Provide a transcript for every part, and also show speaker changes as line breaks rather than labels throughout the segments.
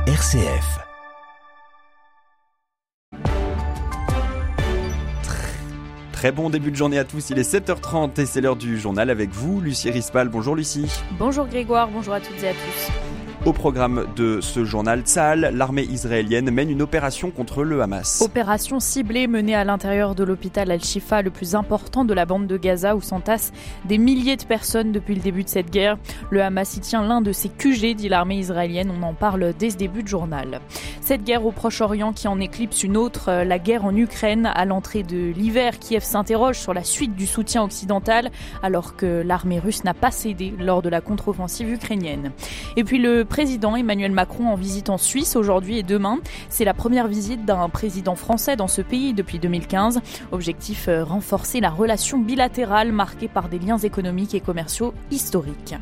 RCF. Très bon début de journée à tous, il est 7h30 et c'est l'heure du journal avec vous, Lucie Rispal. Bonjour Lucie.
Bonjour Grégoire, bonjour à toutes et à tous.
Au programme de ce journal, Tsahal, l'armée israélienne mène une opération contre le Hamas.
Opération ciblée menée à l'intérieur de l'hôpital Al-Shifa, le plus important de la bande de Gaza, où s'entassent des milliers de personnes depuis le début de cette guerre. Le Hamas y tient l'un de ses QG, dit l'armée israélienne, on en parle dès ce début de journal. Cette guerre au Proche-Orient qui en éclipse une autre, la guerre en Ukraine. À l'entrée de l'hiver, Kiev s'interroge sur la suite du soutien occidental, alors que l'armée russe n'a pas cédé lors de la contre-offensive ukrainienne. Et puis le président Emmanuel Macron en visite en Suisse aujourd'hui et demain. C'est la première visite d'un président français dans ce pays depuis 2015. Objectif, renforcer la relation bilatérale marquée par des liens économiques et commerciaux historiques.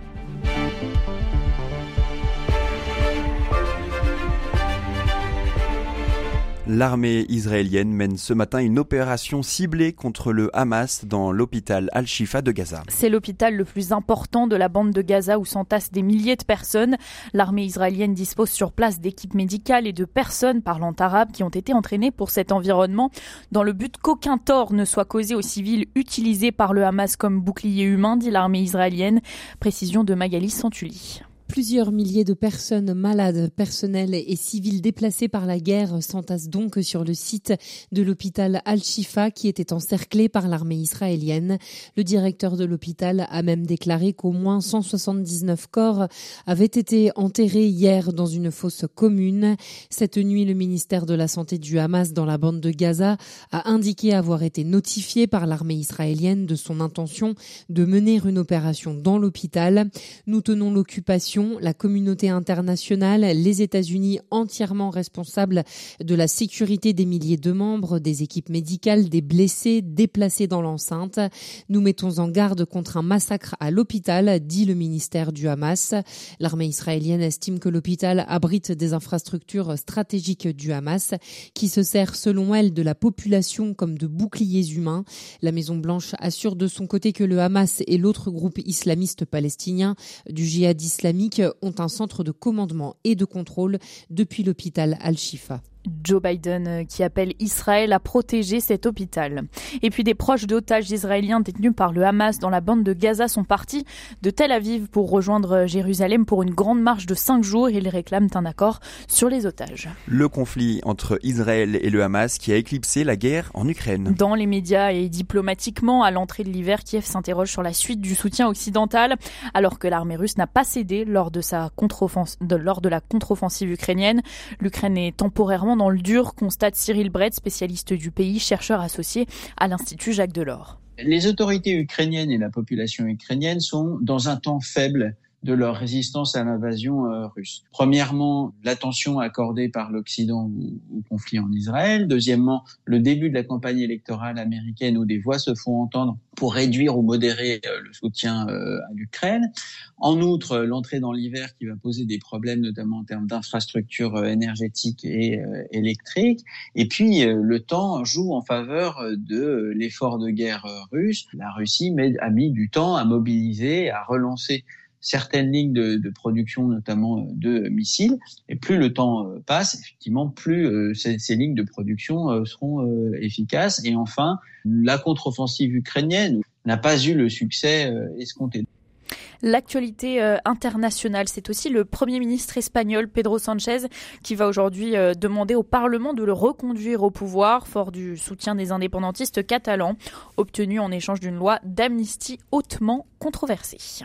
L'armée israélienne mène ce matin une opération ciblée contre le Hamas dans l'hôpital Al-Shifa de Gaza.
C'est l'hôpital le plus important de la bande de Gaza où s'entassent des milliers de personnes. L'armée israélienne dispose sur place d'équipes médicales et de personnes parlant arabe qui ont été entraînées pour cet environnement dans le but qu'aucun tort ne soit causé aux civils utilisés par le Hamas comme bouclier humain, dit l'armée israélienne. Précision de Magali Santulli.
Plusieurs milliers de personnes malades, personnels et civils déplacés par la guerre s'entassent donc sur le site de l'hôpital Al-Shifa qui était encerclé par l'armée israélienne. Le directeur de l'hôpital a même déclaré qu'au moins 179 corps avaient été enterrés hier dans une fosse commune. Cette nuit, le ministère de la Santé du Hamas dans la bande de Gaza a indiqué avoir été notifié par l'armée israélienne de son intention de mener une opération dans l'hôpital. Nous tenons l'occupation, la communauté internationale, les États-Unis entièrement responsables de la sécurité des milliers de membres, des équipes médicales, des blessés déplacés dans l'enceinte. Nous mettons en garde contre un massacre à l'hôpital, dit le ministère du Hamas. L'armée israélienne estime que l'hôpital abrite des infrastructures stratégiques du Hamas qui se sert selon elle de la population comme de boucliers humains. La Maison-Blanche assure de son côté que le Hamas et l'autre groupe islamiste palestinien du djihad islamique ont un centre de commandement et de contrôle depuis l'hôpital Al-Shifa.
Joe Biden qui appelle Israël à protéger cet hôpital. Et puis des proches d'otages israéliens détenus par le Hamas dans la bande de Gaza sont partis de Tel Aviv pour rejoindre Jérusalem pour une grande marche de 5 jours. Ils réclament un accord sur les otages.
Le conflit entre Israël et le Hamas qui a éclipsé la guerre en Ukraine.
Dans les médias et diplomatiquement, à l'entrée de l'hiver, Kiev s'interroge sur la suite du soutien occidental, alors que l'armée russe n'a pas cédé lors de la contre-offensive ukrainienne. L'Ukraine est temporairement dans le dur, constate Cyril Brett, spécialiste du pays, chercheur associé à l'Institut Jacques Delors.
Les autorités ukrainiennes et la population ukrainienne sont dans un temps faible de leur résistance à l'invasion russe. Premièrement, l'attention accordée par l'Occident au conflit en Israël. Deuxièmement, le début de la campagne électorale américaine où des voix se font entendre pour réduire ou modérer le soutien à l'Ukraine. En outre, l'entrée dans l'hiver qui va poser des problèmes, notamment en termes d'infrastructures énergétiques et électriques. Et puis, le temps joue en faveur de l'effort de guerre russe. La Russie a mis du temps à mobiliser, à relancer certaines lignes de production, notamment de missiles. Et plus le temps passe, effectivement, plus ces lignes de production seront efficaces. Et enfin, la contre-offensive ukrainienne n'a pas eu le succès escompté.
L'actualité internationale, c'est aussi le Premier ministre espagnol Pedro Sánchez qui va aujourd'hui demander au Parlement de le reconduire au pouvoir, fort du soutien des indépendantistes catalans, obtenu en échange d'une loi d'amnistie hautement controversée.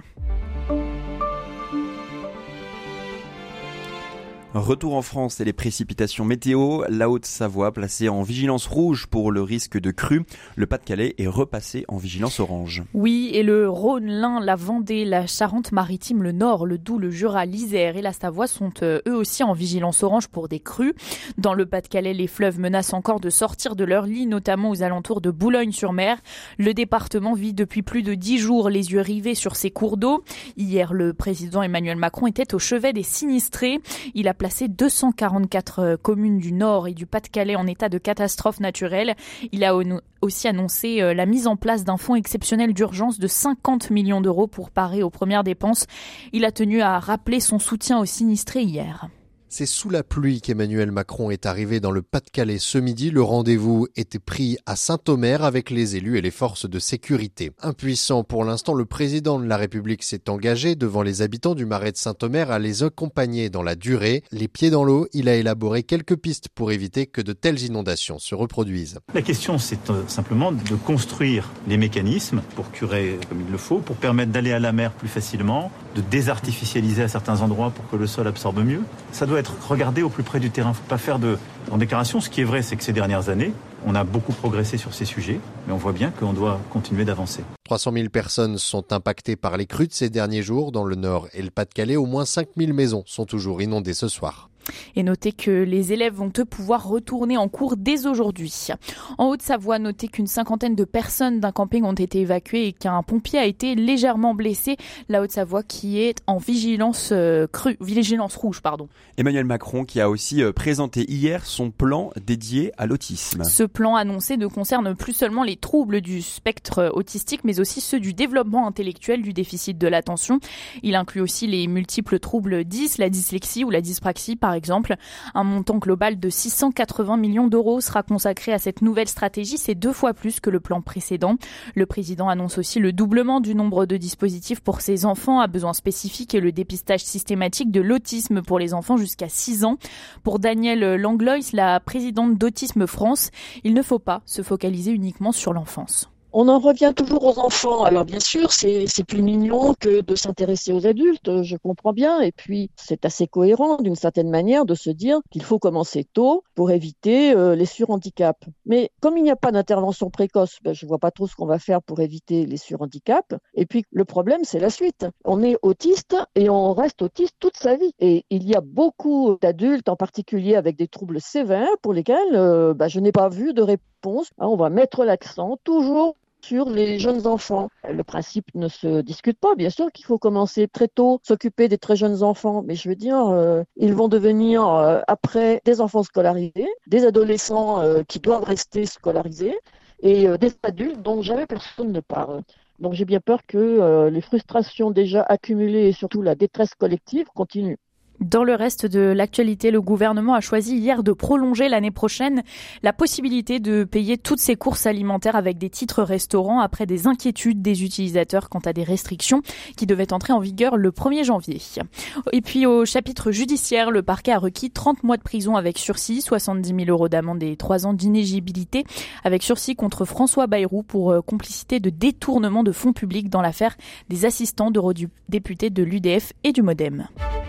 Retour en France et les précipitations météo. La Haute-Savoie placée en vigilance rouge pour le risque de crue. Le Pas-de-Calais est repassé en vigilance orange.
Oui, et le Rhône, l'Ain, la Vendée, la Charente-Maritime, le Nord, le Doubs, le Jura, l'Isère et la Savoie sont eux aussi en vigilance orange pour des crues. Dans le Pas-de-Calais, les fleuves menacent encore de sortir de leur lit, notamment aux alentours de Boulogne-sur-Mer. Le département vit depuis plus de 10 jours les yeux rivés sur ces cours d'eau. Hier, le président Emmanuel Macron était au chevet des sinistrés. Il a placé 244 communes du Nord et du Pas-de-Calais en état de catastrophe naturelle. Il a aussi annoncé la mise en place d'un fonds exceptionnel d'urgence de 50 millions d'euros pour parer aux premières dépenses. Il a tenu à rappeler son soutien aux sinistrés hier.
C'est sous la pluie qu'Emmanuel Macron est arrivé dans le Pas-de-Calais ce midi. Le rendez-vous était pris à Saint-Omer avec les élus et les forces de sécurité. Impuissant pour l'instant, le président de la République s'est engagé devant les habitants du Marais de Saint-Omer à les accompagner dans la durée. Les pieds dans l'eau, il a élaboré quelques pistes pour éviter que de telles inondations se reproduisent.
La question, c'est simplement de construire les mécanismes pour curer comme il le faut, pour permettre d'aller à la mer plus facilement, de désartificialiser à certains endroits pour que le sol absorbe mieux. Ça doit être regardé au plus près du terrain. Il ne faut pas faire en déclaration. Ce qui est vrai, c'est que ces dernières années, on a beaucoup progressé sur ces sujets, mais on voit bien qu'on doit continuer d'avancer.
300 000 personnes sont impactées par les crues de ces derniers jours. Dans le Nord et le Pas-de-Calais, au moins 5 000 maisons sont toujours inondées ce soir.
Et notez que les élèves vont pouvoir retourner en cours dès aujourd'hui. En Haute-Savoie, notez qu'une cinquantaine de personnes d'un camping ont été évacuées et qu'un pompier a été légèrement blessé. La Haute-Savoie qui est en vigilance rouge.
Emmanuel Macron qui a aussi présenté hier son plan dédié à l'autisme.
Ce plan annoncé ne concerne plus seulement les troubles du spectre autistique, mais aussi ceux du développement intellectuel, du déficit de l'attention. Il inclut aussi les multiples troubles 10, la dyslexie ou la dyspraxie par exemple. Un montant global de 680 millions d'euros sera consacré à cette nouvelle stratégie. C'est 2 fois plus que le plan précédent. Le président annonce aussi le doublement du nombre de dispositifs pour ces enfants à besoins spécifiques et le dépistage systématique de l'autisme pour les enfants jusqu'à 6 ans. Pour Danielle Langlois, la présidente d'Autisme France, il ne faut pas se focaliser uniquement sur l'enfance.
On en revient toujours aux enfants. Alors bien sûr, c'est plus mignon que de s'intéresser aux adultes, je comprends bien. Et puis, c'est assez cohérent d'une certaine manière de se dire qu'il faut commencer tôt pour éviter les surhandicaps. Mais comme il n'y a pas d'intervention précoce, je vois pas trop ce qu'on va faire pour éviter les surhandicaps. Et puis, le problème, c'est la suite. On est autiste et on reste autiste toute sa vie. Et il y a beaucoup d'adultes, en particulier avec des troubles sévères, pour lesquels je n'ai pas vu de réponse. On va mettre l'accent toujours sur les jeunes enfants. Le principe ne se discute pas. Bien sûr qu'il faut commencer très tôt, s'occuper des très jeunes enfants. Mais je veux dire, ils vont devenir après des enfants scolarisés, des adolescents qui doivent rester scolarisés et des adultes dont jamais personne ne parle. Donc j'ai bien peur que les frustrations déjà accumulées et surtout la détresse collective continuent.
Dans le reste de l'actualité, le gouvernement a choisi hier de prolonger l'année prochaine la possibilité de payer toutes ses courses alimentaires avec des titres restaurants après des inquiétudes des utilisateurs quant à des restrictions qui devaient entrer en vigueur le 1er janvier. Et puis au chapitre judiciaire, le parquet a requis 30 mois de prison avec sursis, 70 000 euros d'amende et 3 ans d'inéligibilité avec sursis contre François Bayrou pour complicité de détournement de fonds publics dans l'affaire des assistants d'eurodéputés de l'UDF et du MoDem.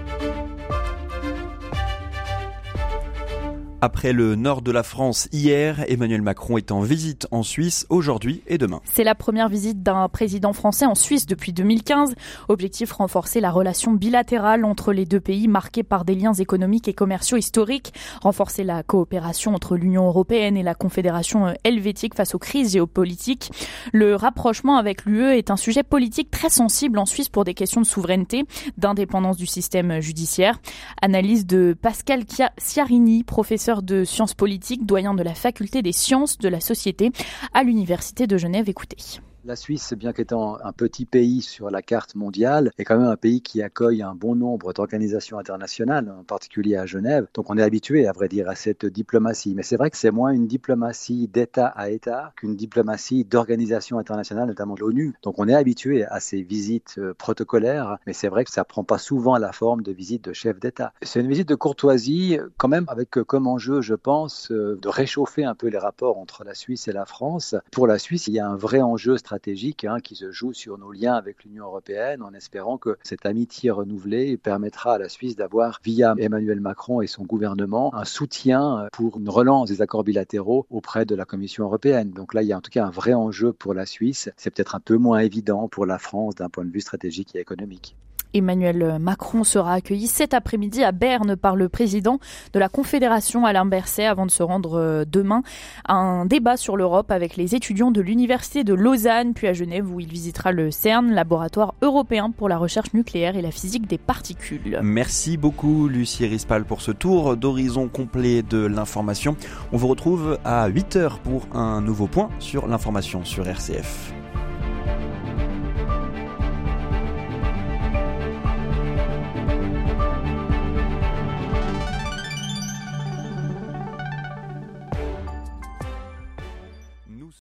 Après le nord de la France hier, Emmanuel Macron est en visite en Suisse aujourd'hui et demain.
C'est la première visite d'un président français en Suisse depuis 2015. Objectif, renforcer la relation bilatérale entre les deux pays marquée par des liens économiques et commerciaux historiques, renforcer la coopération entre l'Union européenne et la Confédération helvétique face aux crises géopolitiques. Le rapprochement avec l'UE est un sujet politique très sensible en Suisse pour des questions de souveraineté, d'indépendance du système judiciaire. Analyse de Pascal Ciarini, professeur de sciences politiques, doyen de la faculté des sciences de la société à l'Université de Genève. Écoutez.
La Suisse, bien qu'étant un petit pays sur la carte mondiale, est quand même un pays qui accueille un bon nombre d'organisations internationales, en particulier à Genève. Donc on est habitué, à vrai dire, à cette diplomatie. Mais c'est vrai que c'est moins une diplomatie d'État à État qu'une diplomatie d'organisations internationales, notamment de l'ONU. Donc on est habitué à ces visites protocolaires, mais c'est vrai que ça ne prend pas souvent la forme de visite de chef d'État. C'est une visite de courtoisie, quand même avec comme enjeu, je pense, de réchauffer un peu les rapports entre la Suisse et la France. Pour la Suisse, il y a un vrai enjeu stratégique qui se joue sur nos liens avec l'Union européenne, en espérant que cette amitié renouvelée permettra à la Suisse d'avoir, via Emmanuel Macron et son gouvernement, un soutien pour une relance des accords bilatéraux auprès de la Commission européenne. Donc là, il y a en tout cas un vrai enjeu pour la Suisse. C'est peut-être un peu moins évident pour la France d'un point de vue stratégique et économique.
Emmanuel Macron sera accueilli cet après-midi à Berne par le président de la Confédération Alain Berset avant de se rendre demain à un débat sur l'Europe avec les étudiants de l'Université de Lausanne, puis à Genève où il visitera le CERN, laboratoire européen pour la recherche nucléaire et la physique des particules.
Merci beaucoup Lucie Rispal pour ce tour d'horizon complet de l'information. On vous retrouve à 8h pour un nouveau point sur l'information sur RCF.